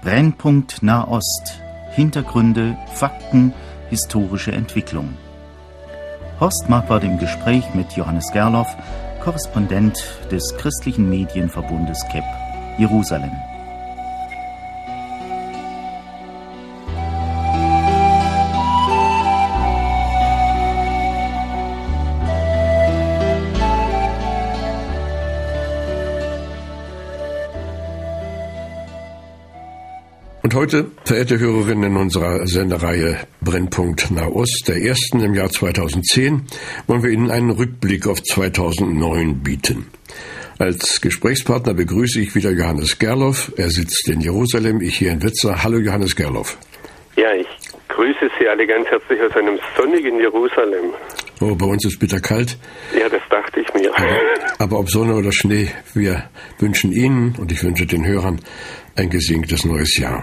Brennpunkt Nahost. Hintergründe, Fakten, historische Entwicklung. Horst Marquardt im Gespräch mit Johannes Gerloff, Korrespondent des christlichen Medienverbundes KEP, Jerusalem. Und heute, verehrte Hörerinnen in unserer Sendereihe Brennpunkt Nahost, der ersten im Jahr 2010, wollen wir Ihnen einen Rückblick auf 2009 bieten. Als Gesprächspartner begrüße ich wieder Johannes Gerloff. Er sitzt in Jerusalem, ich hier in Wetzlar. Hallo Johannes Gerloff. Ja, ich grüße Sie alle ganz herzlich aus einem sonnigen Jerusalem. Oh, bei uns ist bitterkalt. Ja, das dachte ich mir. Aber ob Sonne oder Schnee, wir wünschen Ihnen und ich wünsche den Hörern ein gesegnetes neues Jahr.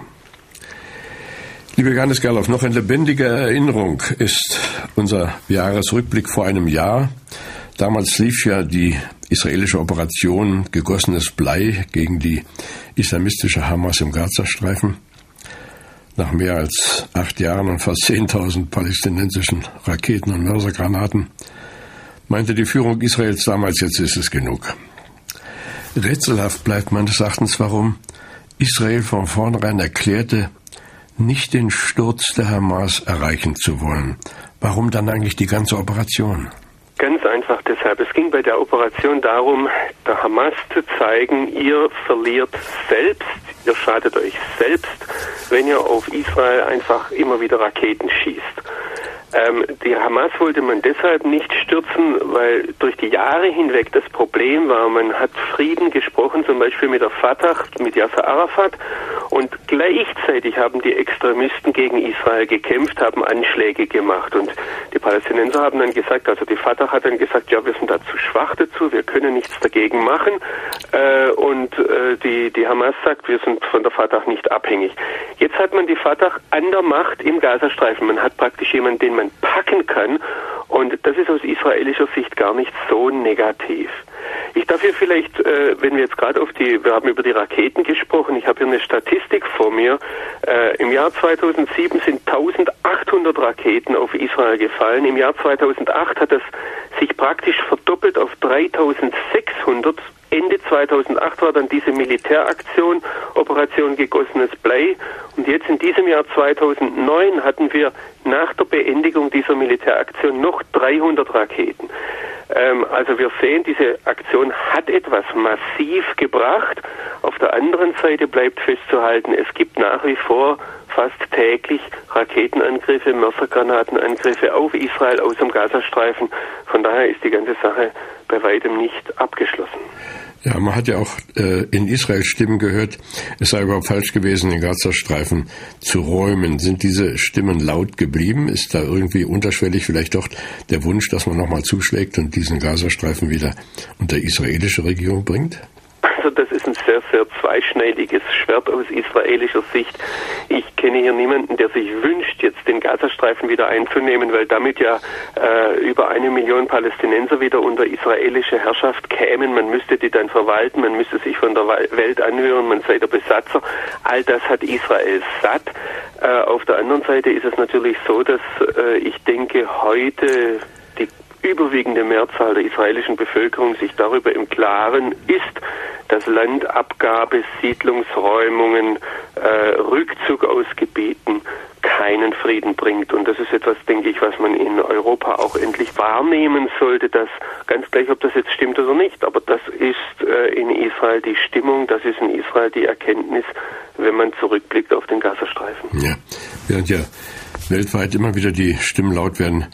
Lieber Johannes Gerloff, noch in lebendiger Erinnerung ist unser Jahresrückblick vor einem Jahr. Damals lief ja die israelische Operation Gegossenes Blei gegen die islamistische Hamas im Gazastreifen. Nach mehr als 8 Jahren und fast 10.000 palästinensischen Raketen und Mörsergranaten meinte die Führung Israels damals, jetzt ist es genug. Rätselhaft bleibt meines Erachtens, warum Israel von vornherein erklärte, nicht den Sturz der Hamas erreichen zu wollen. Warum dann eigentlich die ganze Operation? Ganz einfach deshalb. Es ging bei der Operation darum, der Hamas zu zeigen, ihr verliert selbst, ihr schadet euch selbst, wenn ihr auf Israel einfach immer wieder Raketen schießt. Die Hamas wollte man deshalb nicht stürzen, weil durch die Jahre hinweg das Problem war, man hat Frieden gesprochen, zum Beispiel mit der Fatah, mit Yasser Arafat, und gleichzeitig haben die Extremisten gegen Israel gekämpft, haben Anschläge gemacht, und die Palästinenser haben dann gesagt, also die Fatah hat dann gesagt, ja, wir sind da zu schwach dazu, wir können nichts dagegen machen, und die Hamas sagt, wir sind von der Fatah nicht abhängig. Jetzt hat man die Fatah an der Macht im Gazastreifen, man hat praktisch jemanden, den man packen kann, und das ist aus israelischer Sicht gar nicht so negativ. Ich darf hier vielleicht, wenn wir jetzt gerade wir haben über die Raketen gesprochen, ich habe hier eine Statistik vor mir. Im Jahr 2007 sind 1800 Raketen auf Israel gefallen. Im Jahr 2008 hat es sich praktisch verdoppelt auf 3600. Ende 2008 war dann diese Militäraktion, Operation Gegossenes Blei. Und jetzt in diesem Jahr 2009 hatten wir nach der Beendigung dieser Militäraktion noch 300 Raketen. Also wir sehen, diese Aktion hat etwas massiv gebracht. Auf der anderen Seite bleibt festzuhalten, es gibt nach wie vor fast täglich Raketenangriffe, Mörsergranatenangriffe auf Israel aus dem Gazastreifen. Von daher ist die ganze Sache bei weitem nicht abgeschlossen. Ja, man hat ja auch in Israel Stimmen gehört, es sei überhaupt falsch gewesen, den Gazastreifen zu räumen. Sind diese Stimmen laut geblieben? Ist da irgendwie unterschwellig vielleicht doch der Wunsch, dass man nochmal zuschlägt und diesen Gazastreifen wieder unter israelische Regierung bringt? Also das ist ein sehr, sehr zweischneidiges Schwert aus israelischer Sicht. Ich kenne hier niemanden, der sich wünscht, jetzt den Gazastreifen wieder einzunehmen, weil damit ja über 1 Million Palästinenser wieder unter israelische Herrschaft kämen. Man müsste die dann verwalten, man müsste sich von der Welt anhören, man sei der Besatzer. All das hat Israel satt. Auf der anderen Seite ist es natürlich so, dass ich denke, heute die überwiegende Mehrzahl der israelischen Bevölkerung sich darüber im Klaren ist, dass Landabgabe, Siedlungsräumungen, Rückzug aus Gebieten keinen Frieden bringt. Und das ist etwas, denke ich, was man in Europa auch endlich wahrnehmen sollte, dass ganz gleich, ob das jetzt stimmt oder nicht, aber das ist in Israel die Stimmung, das ist in Israel die Erkenntnis, wenn man zurückblickt auf den Gazastreifen. Ja, während ja weltweit immer wieder die Stimmen laut werden,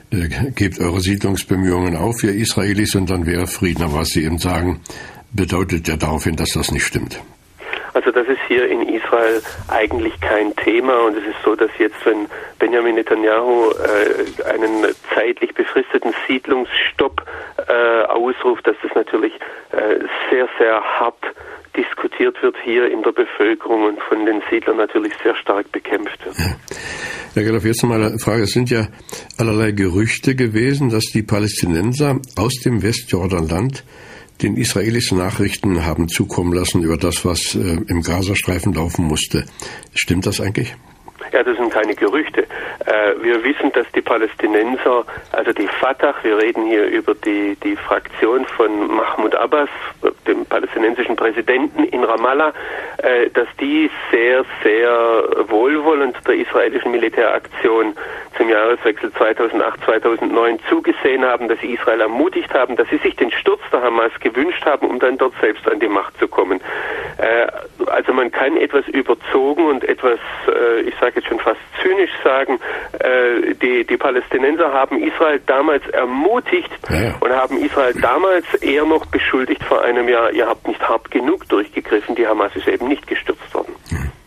gebt eure Siedlungsbemühungen auf, ihr Israelis, und dann wäre Frieden. Aber was Sie eben sagen, bedeutet ja daraufhin, dass das nicht stimmt. Also das ist hier in Israel eigentlich kein Thema, und es ist so, dass jetzt, wenn Benjamin Netanyahu einen zeitlich befristeten Siedlungsstopp ausruft, dass das natürlich sehr, sehr hart diskutiert wird hier in der Bevölkerung und von den Siedlern natürlich sehr stark bekämpft wird. Ja. Herr Gerloff, jetzt nochmal eine Frage. Es sind ja allerlei Gerüchte gewesen, dass die Palästinenser aus dem Westjordanland den Israelis Nachrichten haben zukommen lassen über das, was im Gazastreifen laufen musste. Stimmt das eigentlich? Ja, das sind keine Gerüchte. Wir wissen, dass die Palästinenser, also die Fatah, wir reden hier über die Fraktion von Mahmoud Abbas, dem palästinensischen Präsidenten in Ramallah, dass die sehr, sehr wohlwollend der israelischen Militäraktion zum Jahreswechsel 2008-2009 zugesehen haben, dass sie Israel ermutigt haben, dass sie sich den Sturz der Hamas gewünscht haben, um dann dort selbst an die Macht zu kommen. Also man kann etwas überzogen und etwas, ich sage jetzt schon fast zynisch sagen, die Palästinenser haben Israel damals ermutigt und haben Israel damals eher noch beschuldigt vor einem Jahr, ihr habt nicht hart genug durchgegriffen, die Hamas ist eben nicht gestürzt worden.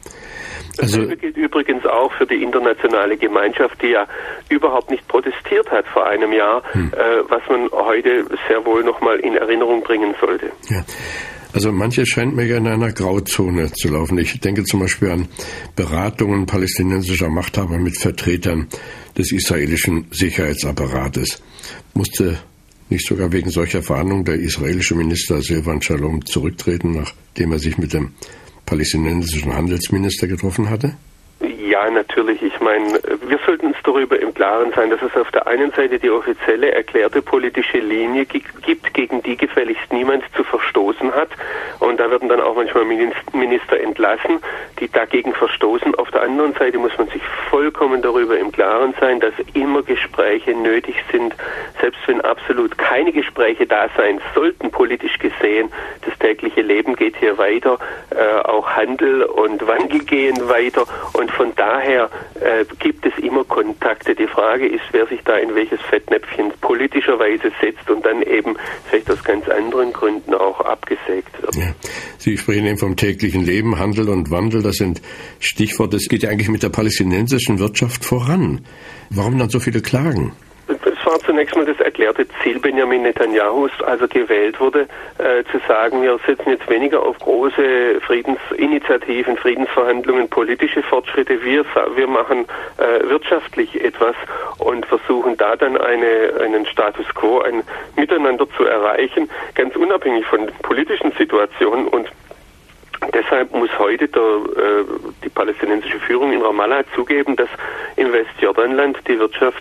Dasselbe gilt übrigens auch für die internationale Gemeinschaft, die ja überhaupt nicht protestiert hat vor einem Jahr, was man heute sehr wohl nochmal in Erinnerung bringen sollte. Ja. Also manches scheint mir ja in einer Grauzone zu laufen. Ich denke zum Beispiel an Beratungen palästinensischer Machthaber mit Vertretern des israelischen Sicherheitsapparates. Musste nicht sogar wegen solcher Verhandlungen der israelische Minister Silvan Shalom zurücktreten, nachdem er sich mit dem palästinensischen Handelsminister getroffen hatte? Ja, natürlich. Ich meine, wir sollten uns darüber im Klaren sein, dass es auf der einen Seite die offizielle erklärte politische Linie gibt, gegen die gefälligst niemand zu verstoßen hat. Und da werden dann auch manchmal Minister entlassen, die dagegen verstoßen. Auf der anderen Seite muss man sich vollkommen darüber im Klaren sein, dass immer Gespräche nötig sind, selbst wenn absolut keine Gespräche da sein sollten, politisch gesehen. Das tägliche Leben geht hier weiter, auch Handel und Wandel gehen weiter. Und von daher gibt es immer Kontakte. Die Frage ist, wer sich da in welches Fettnäpfchen politischerweise setzt und dann eben vielleicht aus ganz anderen Gründen auch abgesägt wird. Ja. Sie sprechen eben vom täglichen Leben, Handel und Wandel. Das sind Stichworte. Es geht ja eigentlich mit der palästinensischen Wirtschaft voran. Warum dann so viele Klagen? Es war zunächst mal das erklärte Ziel Benjamin Netanyahus, als er gewählt wurde, zu sagen, wir setzen jetzt weniger auf große Friedensinitiativen, Friedensverhandlungen, politische Fortschritte. Wir machen wirtschaftlich etwas und versuchen da dann einen Status quo, ein Miteinander zu erreichen, ganz unabhängig von politischen Situationen. Und deshalb muss heute die palästinensische Führung in Ramallah zugeben, dass im Westjordanland die Wirtschaft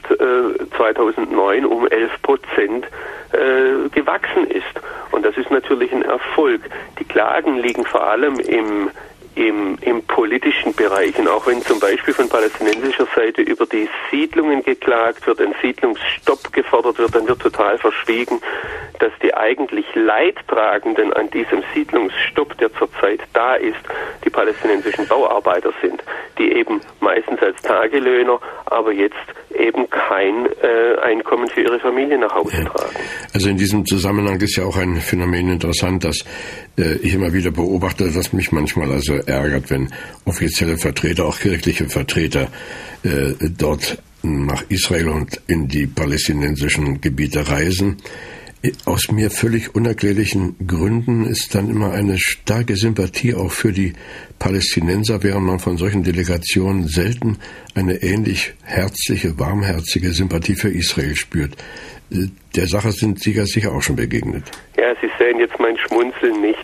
2009 um 11% gewachsen ist. Und das ist natürlich ein Erfolg. Die Klagen liegen vor allem im politischen Bereich. Und auch wenn zum Beispiel von palästinensischer Seite über die Siedlungen geklagt wird, ein Siedlungsstopp gefordert wird, dann wird total verschwiegen, dass die eigentlich Leidtragenden an diesem Siedlungsstopp, der zurzeit da ist, die palästinensischen Bauarbeiter sind, die eben meistens als Tagelöhner, aber jetzt eben kein Einkommen für ihre Familie nach Hause tragen. Also in diesem Zusammenhang ist ja auch ein Phänomen interessant, dass ich immer wieder beobachte, dass mich manchmal also ärgert, wenn offizielle Vertreter, auch kirchliche Vertreter, dort nach Israel und in die palästinensischen Gebiete reisen. Aus mir völlig unerklärlichen Gründen ist dann immer eine starke Sympathie auch für die Palästinenser, während man von solchen Delegationen selten eine ähnlich herzliche, warmherzige Sympathie für Israel spürt. Der Sache sind Sie ganz sicher auch schon begegnet. Ja, Sie sehen jetzt mein Schmunzeln nicht.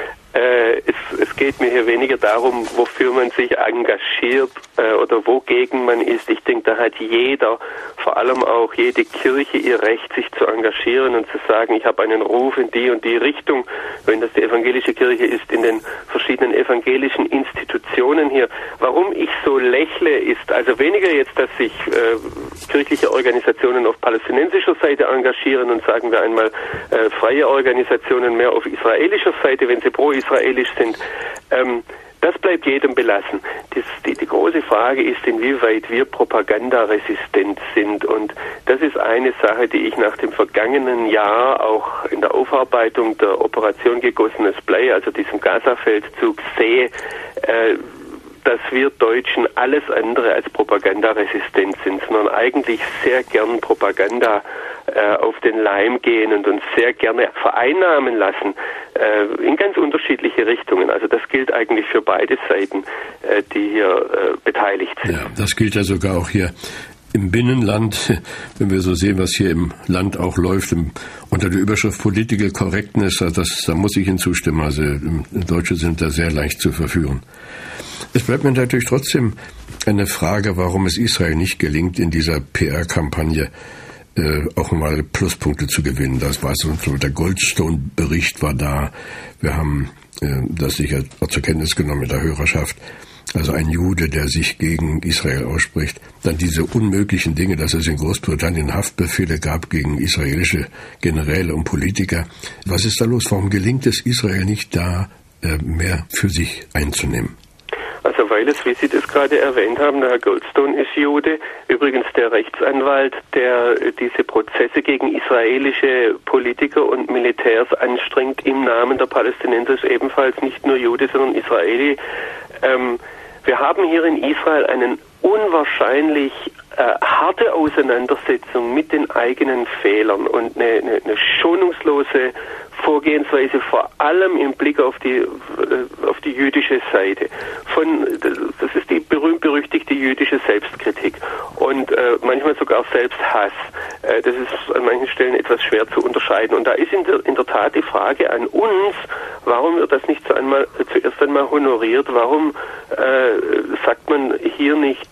Es geht mir hier weniger darum, wofür man sich engagiert oder wogegen man ist. Ich denke, da hat jeder, vor allem auch jede Kirche, ihr Recht, sich zu engagieren und zu sagen, ich habe einen Ruf in die und die Richtung, wenn das die evangelische Kirche ist, in den verschiedenen evangelischen Institutionen hier. Warum ich so lächle, ist also weniger jetzt, dass sich kirchliche Organisationen auf palästinensischer Seite engagieren und sagen wir einmal freie Organisationen mehr auf israelischer Seite, wenn sie pro-israelisch sind. Das bleibt jedem belassen. Die große Frage ist, inwieweit wir propagandaresistent sind. Und das ist eine Sache, die ich nach dem vergangenen Jahr auch in der Aufarbeitung der Operation Gegossenes Blei, also diesem Gaza-Feldzug, sehe, dass wir Deutschen alles andere als propagandaresistent sind, sondern eigentlich sehr gern Propaganda auf den Leim gehen und uns sehr gerne vereinnahmen lassen in ganz unterschiedliche Richtungen. Also das gilt eigentlich für beide Seiten, die hier beteiligt sind. Ja, das gilt ja sogar auch hier im Binnenland, wenn wir so sehen, was hier im Land auch läuft, unter der Überschrift Political Correctness, da muss ich Ihnen zustimmen. Also Deutsche sind da sehr leicht zu verführen. Es bleibt mir natürlich trotzdem eine Frage, warum es Israel nicht gelingt, in dieser PR-Kampagne auch mal Pluspunkte zu gewinnen. Das war so, der Goldstone-Bericht war da. Wir haben das sicher auch zur Kenntnis genommen mit der Hörerschaft. Also ein Jude, der sich gegen Israel ausspricht. Dann diese unmöglichen Dinge, dass es in Großbritannien Haftbefehle gab gegen israelische Generäle und Politiker. Was ist da los? Warum gelingt es Israel nicht, da mehr für sich einzunehmen? Also weil es, wie Sie das gerade erwähnt haben, der Herr Goldstone ist Jude, übrigens der Rechtsanwalt, der diese Prozesse gegen israelische Politiker und Militärs anstrengt im Namen der Palästinenser, ist ebenfalls nicht nur Jude, sondern Israeli. Wir haben hier in Israel einen unwahrscheinlich harte Auseinandersetzung mit den eigenen Fehlern und eine schonungslose Vorgehensweise, vor allem im Blick auf die jüdische Seite. Das ist die berühmt-berüchtigte jüdische Selbstkritik und manchmal sogar Selbsthass. Das ist an manchen Stellen etwas schwer zu unterscheiden. Und da ist in der Tat die Frage an uns, warum wird das nicht zuerst einmal honoriert? Warum sagt man hier nicht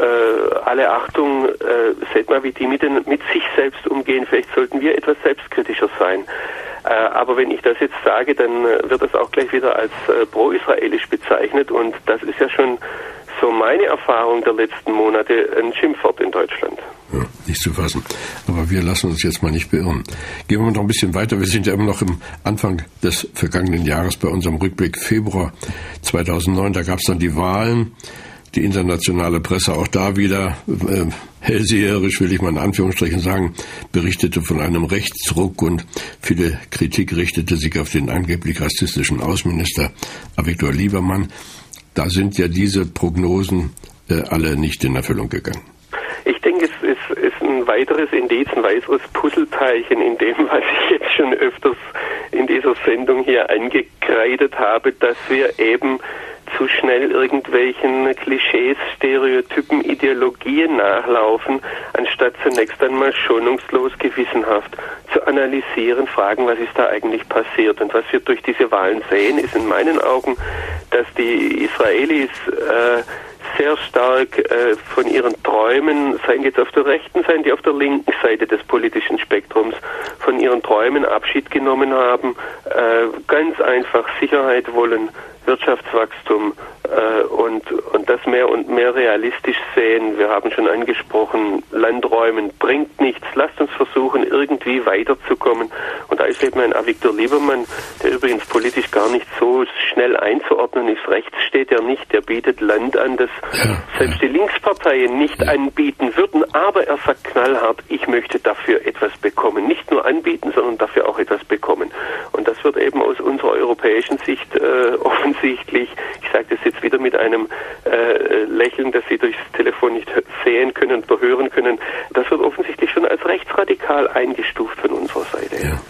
alle Achtung, seht mal, wie die mit sich selbst umgehen. Vielleicht sollten wir etwas selbstkritischer sein. Aber wenn ich das jetzt sage, dann wird das auch gleich wieder als pro-israelisch bezeichnet und das ist ja schon so meine Erfahrung der letzten Monate ein Schimpfwort in Deutschland. Ja, nicht zu fassen. Aber wir lassen uns jetzt mal nicht beirren. Gehen wir noch ein bisschen weiter. Wir sind ja immer noch im Anfang des vergangenen Jahres bei unserem Rückblick Februar 2009. Da gab es dann die Wahlen. Die internationale Presse auch da wieder hellseherisch, will ich mal in Anführungsstrichen sagen, berichtete von einem Rechtsruck und viele Kritik richtete sich auf den angeblich rassistischen Außenminister Avigdor Liebermann. Da sind ja diese Prognosen alle nicht in Erfüllung gegangen. Ich denke, es ist ein weiteres Indiz, ein weiteres Puzzleteilchen in dem, was ich jetzt schon öfters in dieser Sendung hier angekreidet habe, dass wir eben zu schnell irgendwelchen Klischees, Stereotypen, Ideologien nachlaufen, anstatt zunächst einmal schonungslos gewissenhaft zu analysieren, fragen, was ist da eigentlich passiert. Und was wir durch diese Wahlen sehen, ist in meinen Augen, dass die Israelis sehr stark von ihren Träumen, seien jetzt auf der rechten, seien die auf der linken Seite des politischen Spektrums, von ihren Träumen Abschied genommen haben, ganz einfach Sicherheit wollen, Wirtschaftswachstum und das mehr und mehr realistisch sehen. Wir haben schon angesprochen, Landräumen bringt nichts. Lasst uns versuchen, irgendwie weiterzukommen. Und da ist eben ein Avigdor Liebermann, der übrigens politisch gar nicht so schnell einzuordnen ist. Rechts steht er nicht, der bietet Land an, das selbst die Linksparteien nicht anbieten würden. Aber er sagt knallhart, ich möchte dafür etwas bekommen. Nicht nur anbieten, sondern dafür auch etwas bekommen. Und das wird eben aus unserer europäischen Sicht offensichtlich, ich sage das jetzt wieder mit einem Lächeln, das Sie durchs Telefon nicht sehen können oder hören können, das wird offensichtlich schon als rechtsradikal eingestuft von unserer Seite. Ja.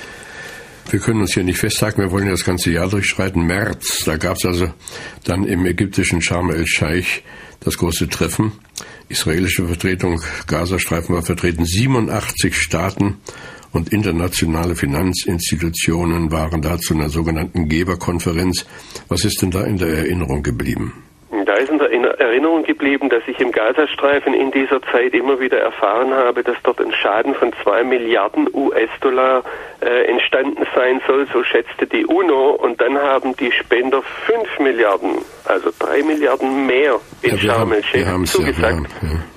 Wir können uns hier nicht festhalten, wir wollen ja das ganze Jahr durchschreiten. März, da gab es also dann im ägyptischen Sharm el-Sheikh das große Treffen. Israelische Vertretung, Gazastreifen war vertreten, 87 Staaten und internationale Finanzinstitutionen waren da zu einer sogenannten Geberkonferenz. Was ist denn da in der Erinnerung geblieben? Da ist in der Erinnerung geblieben, dass ich im Gazastreifen in dieser Zeit immer wieder erfahren habe, dass dort ein Schaden von 2 Milliarden US-Dollar entstanden sein soll, so schätzte die UNO. Und dann haben die Spender 5 Milliarden, also 3 Milliarden mehr in Sharm el-Sheikh zugesagt.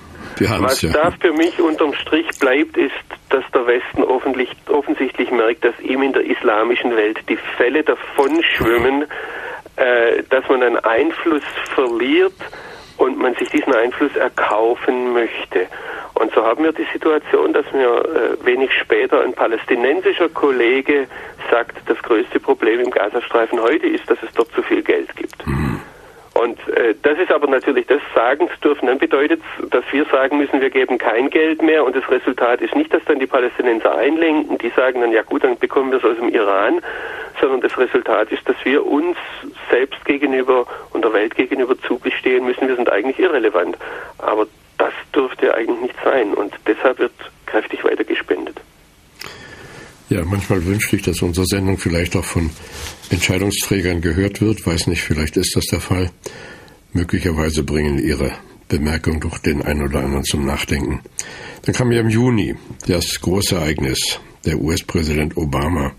Was da für mich unterm Strich bleibt, ist, dass der Westen offensichtlich merkt, dass ihm in der islamischen Welt die Fälle davon schwimmen, dass man einen Einfluss verliert und man sich diesen Einfluss erkaufen möchte. Und so haben wir die Situation, dass mir wenig später ein palästinensischer Kollege sagt, das größte Problem im Gazastreifen heute ist, dass es dort zu viel Geld gibt. Und das ist aber natürlich, das sagen zu dürfen, dann bedeutet es, dass wir sagen müssen, wir geben kein Geld mehr und das Resultat ist nicht, dass dann die Palästinenser einlenken, die sagen dann, ja gut, dann bekommen wir es aus dem Iran, sondern das Resultat ist, dass wir uns selbst gegenüber und der Welt gegenüber zugestehen müssen, wir sind eigentlich irrelevant. Aber das dürfte eigentlich nicht sein. Und deshalb wird kräftig weiter gespendet. Ja, manchmal wünschte ich, dass unsere Sendung vielleicht auch von Entscheidungsträgern gehört wird. Weiß nicht, vielleicht ist das der Fall. Möglicherweise bringen Ihre Bemerkungen doch den einen oder anderen zum Nachdenken. Dann kam ja im Juni das große Ereignis. Der US-Präsident Obama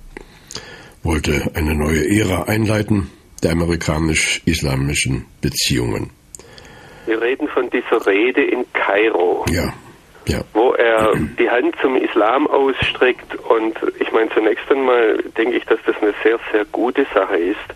wollte eine neue Ära einleiten der amerikanisch-islamischen Beziehungen. Wir reden von dieser Rede in Kairo. Ja. Wo er die Hand zum Islam ausstreckt, und ich meine, zunächst einmal denke ich, dass das eine sehr, sehr gute Sache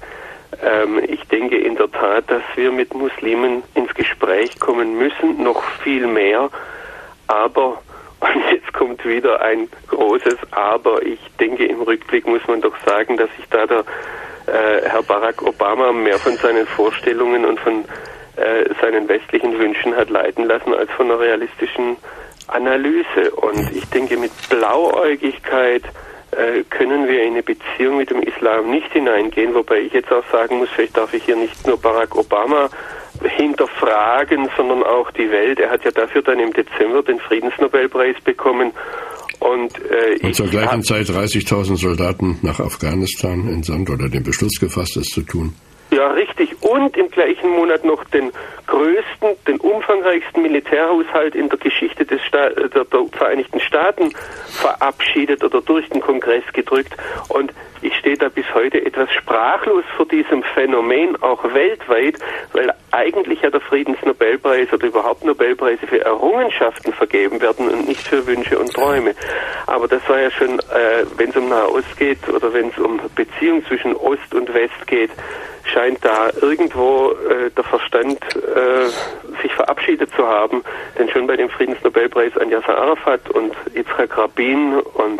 ist. Ich denke in der Tat, dass wir mit Muslimen ins Gespräch kommen müssen, noch viel mehr, aber, und jetzt kommt wieder ein großes Aber, ich denke im Rückblick muss man doch sagen, dass sich da der Herr Barack Obama mehr von seinen Vorstellungen und von seinen westlichen Wünschen hat leiten lassen als von einer realistischen Analyse. Und ich denke, mit Blauäugigkeit können wir in eine Beziehung mit dem Islam nicht hineingehen, wobei ich jetzt auch sagen muss, vielleicht darf ich hier nicht nur Barack Obama hinterfragen, sondern auch die Welt. Er hat ja dafür dann im Dezember den Friedensnobelpreis bekommen. Und zur gleichen Zeit 30.000 Soldaten nach Afghanistan entsandt oder den Beschluss gefasst, es zu tun. Ja, richtig. Und im gleichen Monat noch den größten, den umfangreichsten Militärhaushalt in der Geschichte der Vereinigten Staaten verabschiedet oder durch den Kongress gedrückt. Und ich stehe da bis heute etwas sprachlos vor diesem Phänomen, auch weltweit, weil eigentlich ja der Friedensnobelpreis oder überhaupt Nobelpreise für Errungenschaften vergeben werden und nicht für Wünsche und Träume. Aber das war ja schon, wenn es um Nahost geht oder wenn es um Beziehungen zwischen Ost und West geht, scheint da irgendwo der Verstand sich verabschiedet zu haben. Denn schon bei dem Friedensnobelpreis an Yasser Arafat und Yitzhak Rabin und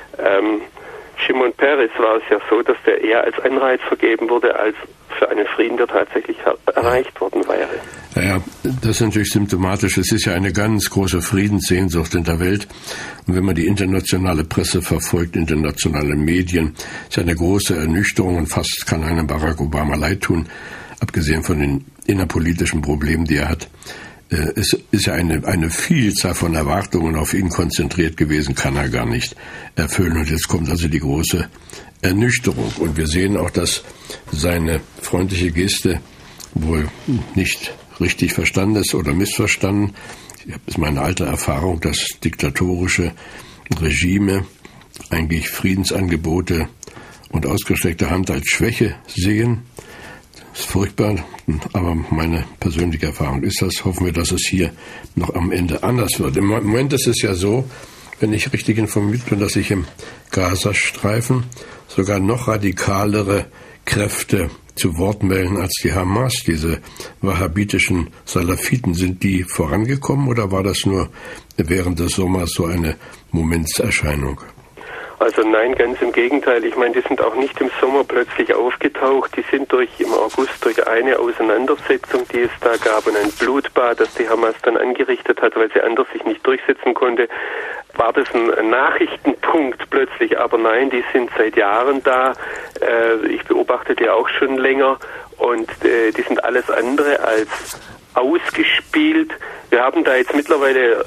Shimon Peres war es ja so, dass der eher als Anreiz vergeben wurde, als für einen Frieden, der tatsächlich erreicht worden wäre. Ja, das ist natürlich symptomatisch. Es ist ja eine ganz große Friedenssehnsucht in der Welt. Und wenn man die internationale Presse verfolgt, internationale Medien, ist ja eine große Ernüchterung und fast kann einem Barack Obama leid tun, abgesehen von den innerpolitischen Problemen, die er hat. Es ist ja eine Vielzahl von Erwartungen auf ihn konzentriert gewesen, kann er gar nicht erfüllen. Und jetzt kommt also die große Ernüchterung. Und wir sehen auch, dass seine freundliche Geste wohl nicht richtig verstanden ist oder missverstanden. Das ist meine alte Erfahrung, dass diktatorische Regime eigentlich Friedensangebote und ausgestreckte Hand als Schwäche sehen. Das ist furchtbar, aber meine persönliche Erfahrung ist das. Hoffen wir, dass es hier noch am Ende anders wird. Im Moment ist es ja so, wenn ich richtig informiert bin, dass sich im Gazastreifen sogar noch radikalere Kräfte zu Wort melden als die Hamas. Diese wahhabitischen Salafiten, sind die vorangekommen oder war das nur während des Sommers so eine Momentserscheinung? Also nein, ganz im Gegenteil. Ich meine, die sind auch nicht im Sommer plötzlich aufgetaucht. Die sind im August durch eine Auseinandersetzung, die es da gab, und ein Blutbad, das die Hamas dann angerichtet hat, weil sie anders sich nicht durchsetzen konnte, war das ein Nachrichtenpunkt plötzlich. Aber nein, die sind seit Jahren da. Ich beobachte die auch schon länger, und die sind alles andere als ausgespielt. Wir haben da jetzt mittlerweile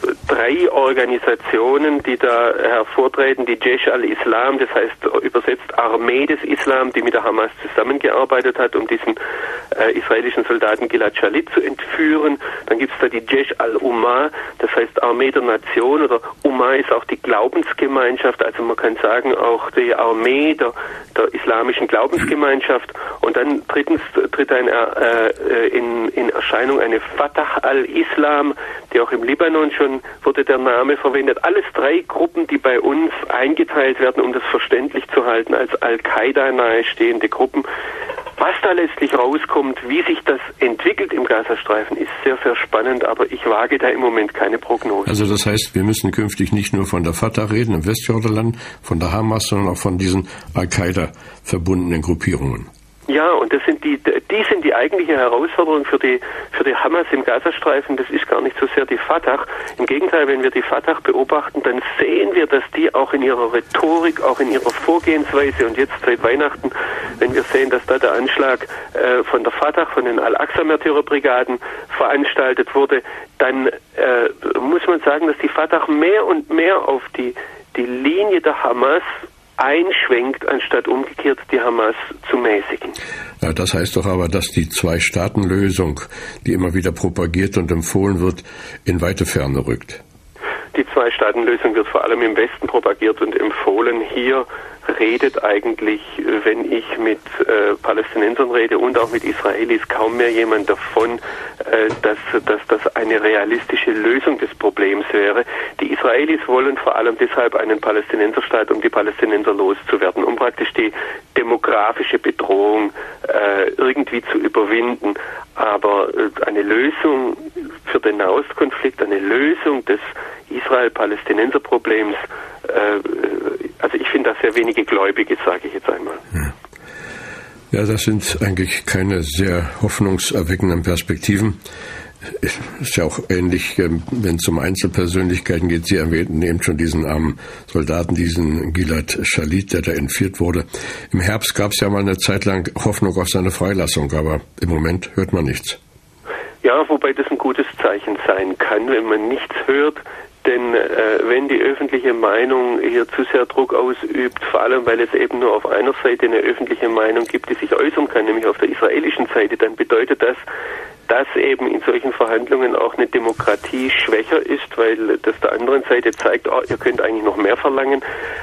3 Organisationen, die da hervortreten, die Jaish al-Islam, das heißt übersetzt Armee des Islam, die mit der Hamas zusammengearbeitet hat, um diesen israelischen Soldaten Gilad Shalit zu entführen. Dann gibt es da die Jaish al-Ummah, das heißt Armee der Nation, oder Ummah ist auch die Glaubensgemeinschaft, also man kann sagen auch die Armee der islamischen Glaubensgemeinschaft. Und dann drittens tritt in Erscheinung eine Fatah al-Islam, die auch im Libanon schon wurde der Name verwendet. Alles 3 Gruppen, die bei uns eingeteilt werden, um das verständlich zu halten, als Al-Qaida nahestehende Gruppen. Was da letztlich rauskommt, wie sich das entwickelt im Gazastreifen, ist sehr, sehr spannend, aber ich wage da im Moment keine Prognose. Also das heißt, wir müssen künftig nicht nur von der Fatah reden im Westjordanland, von der Hamas, sondern auch von diesen Al-Qaida verbundenen Gruppierungen. Ja, und das sind die sind die eigentliche Herausforderung für die Hamas im Gazastreifen. Das ist gar nicht so sehr die Fatah. Im Gegenteil, wenn wir die Fatah beobachten, dann sehen wir, dass die auch in ihrer Rhetorik, auch in ihrer Vorgehensweise und jetzt seit Weihnachten, wenn wir sehen, dass da der Anschlag von der Fatah, von den Al-Aqsa-Märtyrerbrigaden veranstaltet wurde, dann muss man sagen, dass die Fatah mehr und mehr auf die Linie der Hamas einschwenkt, anstatt umgekehrt die Hamas zu mäßigen. Ja, das heißt doch aber, dass die Zwei-Staaten-Lösung, die immer wieder propagiert und empfohlen wird, in weite Ferne rückt. Die Zwei-Staaten-Lösung wird vor allem im Westen propagiert und empfohlen. Hier redet eigentlich, wenn ich mit Palästinensern rede und auch mit Israelis, kaum mehr jemand davon, dass das eine realistische Lösung des Problems wäre. Die Israelis wollen vor allem deshalb einen Palästinenserstaat, um die Palästinenser loszuwerden, um praktisch die demografische Bedrohung irgendwie zu überwinden. Aber eine Lösung für den Nahostkonflikt, eine Lösung des Israel-Palästinenser-Problems, also ich finde das sehr wenige Gläubige, sage ich jetzt einmal. Ja, das sind eigentlich keine sehr hoffnungserweckenden Perspektiven. Ist ja auch ähnlich, wenn es um Einzelpersönlichkeiten geht. Sie erwähnten eben schon diesen armen Soldaten, diesen Gilad Shalit, der da entführt wurde. Im Herbst gab es ja mal eine Zeit lang Hoffnung auf seine Freilassung, aber im Moment hört man nichts. Ja, wobei das ein gutes Zeichen sein kann, wenn man nichts hört. Denn wenn die öffentliche Meinung hier zu sehr Druck ausübt, vor allem weil es eben nur auf einer Seite eine öffentliche Meinung gibt, die sich äußern kann, nämlich auf der israelischen Seite, dann bedeutet das, dass eben in solchen Verhandlungen auch eine Demokratie schwächer ist, weil das der anderen Seite zeigt, oh, ihr könnt eigentlich noch mehr verlangen.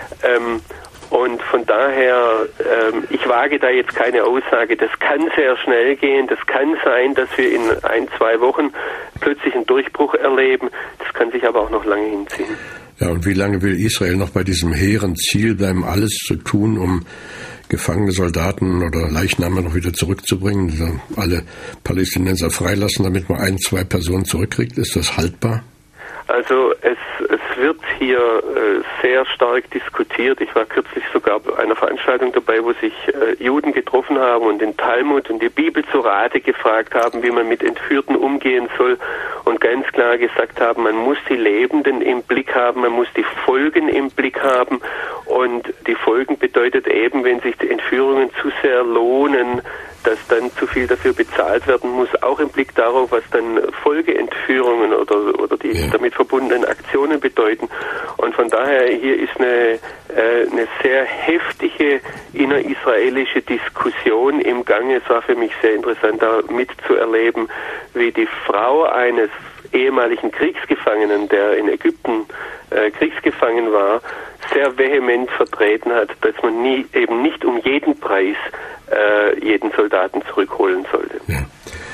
Und von daher, ich wage da jetzt keine Aussage. Das kann sehr schnell gehen. Das kann sein, dass wir in 1-2 Wochen plötzlich einen Durchbruch erleben. Das kann sich aber auch noch lange hinziehen. Ja, und wie lange will Israel noch bei diesem hehren Ziel bleiben, alles zu tun, um gefangene Soldaten oder Leichname noch wieder zurückzubringen, alle Palästinenser freilassen, damit man 1-2 Personen zurückkriegt? Ist das haltbar? Also es wird hier sehr stark diskutiert. Ich war kürzlich sogar bei einer Veranstaltung dabei, wo sich Juden getroffen haben und den Talmud und die Bibel zu Rate gefragt haben, wie man mit Entführten umgehen soll und ganz klar gesagt haben, man muss die Lebenden im Blick haben, man muss die Folgen im Blick haben und die Folgen bedeutet eben, wenn sich die Entführungen zu sehr lohnen, dass dann zu viel dafür bezahlt werden muss, auch im Blick darauf, was dann Folgeentführungen oder die damit verbundenen Aktionen bedeuten. Und von daher, hier ist eine sehr heftige innerisraelische Diskussion im Gange. Es war für mich sehr interessant, da mitzuerleben, wie die Frau eines ehemaligen Kriegsgefangenen, der in Ägypten kriegsgefangen war, sehr vehement vertreten hat, dass man eben nicht um jeden Preis jeden Soldaten zurückholen sollte. Ja.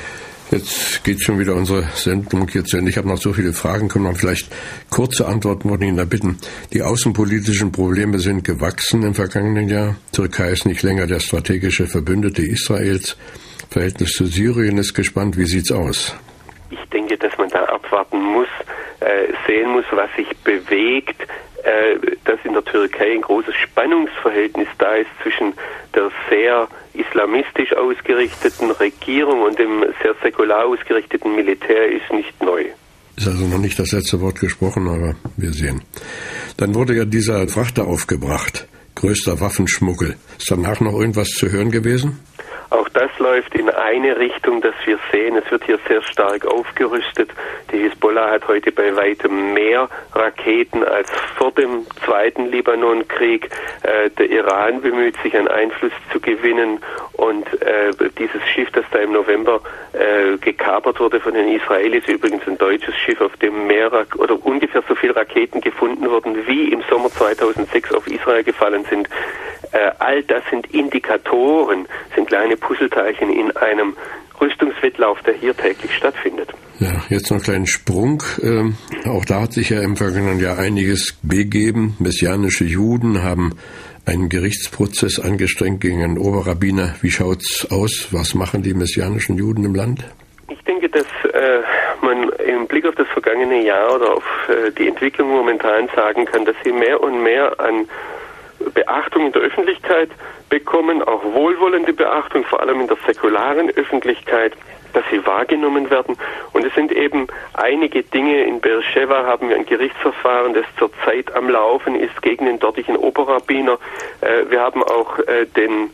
Jetzt geht schon wieder unsere Sendung hier zu Ende. Ich habe noch so viele Fragen, können wir vielleicht kurze Antworten von Ihnen da bitten. Die außenpolitischen Probleme sind gewachsen im vergangenen Jahr. Türkei ist nicht länger der strategische Verbündete Israels. Verhältnis zu Syrien ist gespannt. Wie sieht's aus? Ich denke, dass man da abwarten muss, sehen muss, was sich bewegt, dass in der Türkei ein großes Spannungsverhältnis da ist zwischen der sehr islamistisch ausgerichteten Regierung und dem sehr säkular ausgerichteten Militär ist nicht neu. Ist also noch nicht das letzte Wort gesprochen, aber wir sehen. Dann wurde ja dieser Frachter aufgebracht, größter Waffenschmuggel. Ist danach noch irgendwas zu hören gewesen? Auch das läuft in eine Richtung, dass wir sehen, es wird hier sehr stark aufgerüstet. Die Hisbollah hat heute bei weitem mehr Raketen als vor dem zweiten Libanon-Krieg. Der Iran bemüht sich, an Einfluss zu gewinnen. Und dieses Schiff, das da im November gekapert wurde von den Israelis, übrigens ein deutsches Schiff, auf dem oder ungefähr so viele Raketen gefunden wurden, wie im Sommer 2006 auf Israel gefallen sind. All das sind Indikatoren, sind kleine Puzzleteilchen in einem Rüstungswettlauf, der hier täglich stattfindet. Ja, jetzt noch einen kleinen Sprung. Auch da hat sich ja im vergangenen Jahr einiges begeben. Messianische Juden haben einen Gerichtsprozess angestrengt gegen einen Oberrabbiner. Wie schaut's aus? Was machen die messianischen Juden im Land? Ich denke, dass man im Blick auf das vergangene Jahr oder auf die Entwicklung momentan sagen kann, dass sie mehr und mehr an Beachtung in der Öffentlichkeit bekommen, auch wohlwollende Beachtung, vor allem in der säkularen Öffentlichkeit, dass sie wahrgenommen werden. Und es sind eben einige Dinge. In Beersheva haben wir ein Gerichtsverfahren, das zurzeit am Laufen ist gegen den dortigen Oberrabbiner. Wir haben auch den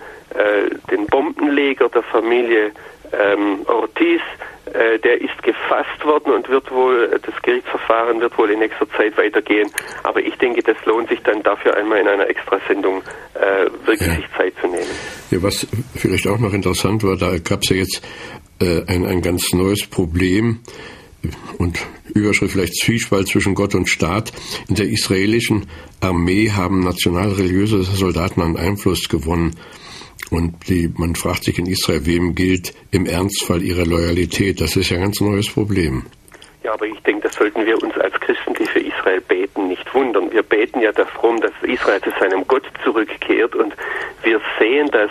Bombenleger der Familie Ortiz, der ist gefasst worden und das Gerichtsverfahren wird wohl in nächster Zeit weitergehen. Aber ich denke, das lohnt sich dann dafür einmal in einer Extrasendung wirklich sich Zeit zu nehmen. Ja, was vielleicht auch noch interessant war, da gab es ja jetzt ein ganz neues Problem und Überschrift vielleicht Zwiespalt zwischen Gott und Staat. In der israelischen Armee haben nationalreligiöse Soldaten an Einfluss gewonnen. Und man fragt sich in Israel, wem gilt im Ernstfall ihre Loyalität? Das ist ja ein ganz neues Problem. Ja, aber ich denke, das sollten wir uns als Christen, die für Israel beten, nicht wundern. Wir beten ja darum, dass Israel zu seinem Gott zurückkehrt und wir sehen, dass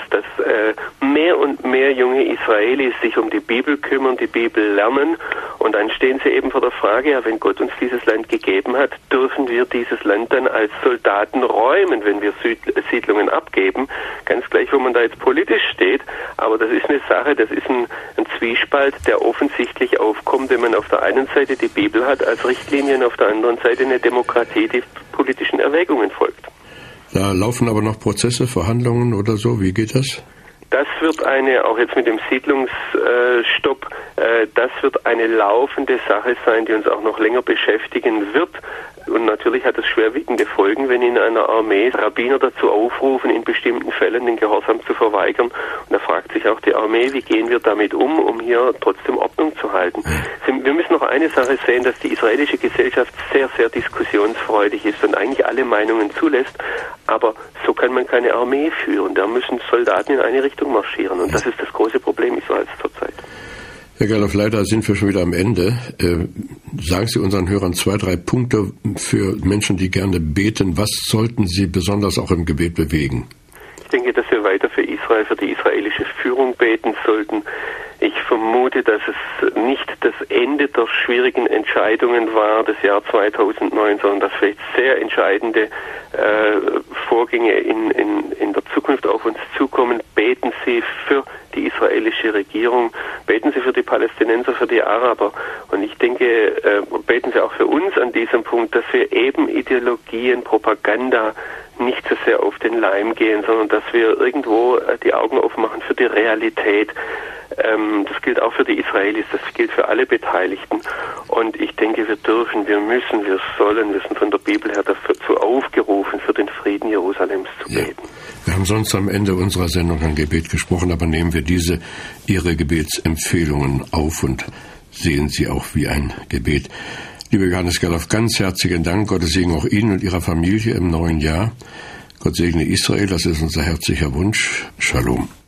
mehr und mehr junge Israelis sich um die Bibel kümmern, die Bibel lernen und dann stehen sie eben vor der Frage, ja, wenn Gott uns dieses Land gegeben hat, dürfen wir dieses Land dann als Soldaten räumen, wenn wir Siedlungen abgeben, ganz gleich, wo man da jetzt politisch steht, aber das ist eine Sache, das ist ein Zwiespalt, der offensichtlich aufkommt, wenn man auf der einen Seite die Bibel hat als Richtlinie und auf der anderen Seite eine Demokratie, die politischen Erwägungen folgt. Da laufen aber noch Prozesse, Verhandlungen oder so. Wie geht das? Das wird auch jetzt mit dem Siedlungsstopp, das wird eine laufende Sache sein, die uns auch noch länger beschäftigen wird. Und natürlich hat es schwerwiegende Folgen, wenn in einer Armee Rabbiner dazu aufrufen, in bestimmten Fällen den Gehorsam zu verweigern. Und da fragt sich auch die Armee, wie gehen wir damit um hier trotzdem Ordnung zu halten. Wir müssen noch eine Sache sehen, dass die israelische Gesellschaft sehr, sehr diskussionsfreudig ist und eigentlich alle Meinungen zulässt. Aber so kann man keine Armee führen. Da müssen Soldaten in eine Richtung marschieren. Und das ist das große Problem Israels zurzeit. Herr Gerloff, leider sind wir schon wieder am Ende. Sagen Sie unseren Hörern 2, 3 Punkte für Menschen, die gerne beten. Was sollten sie besonders auch im Gebet bewegen? Ich denke, dass wir weiter für Israel, für die israelische Führung beten sollten. Ich vermute, dass es nicht das Ende der schwierigen Entscheidungen war, das Jahr 2009, sondern dass vielleicht sehr entscheidende Vorgänge in der Zukunft auf uns zukommen. Beten Sie für die israelische Regierung, beten Sie für die Palästinenser, für die Araber. Und ich denke, beten Sie auch für uns an diesem Punkt, dass wir eben Ideologien, Propaganda nicht so sehr auf den Leim gehen, sondern dass wir irgendwo die Augen aufmachen für die Realität. Das gilt auch für die Israelis, das gilt für alle Beteiligten. Und ich denke, wir dürfen, wir müssen, wir sollen, wir sind von der Bibel her dazu aufgerufen, für den Frieden Jerusalems zu beten. Wir haben sonst am Ende unserer Sendung ein Gebet gesprochen, aber nehmen wir Ihre Gebetsempfehlungen auf und sehen sie auch wie ein Gebet. Lieber Johannes Gerloff, ganz herzlichen Dank. Gottes Segen auch Ihnen und Ihrer Familie im neuen Jahr. Gott segne Israel, das ist unser herzlicher Wunsch. Shalom.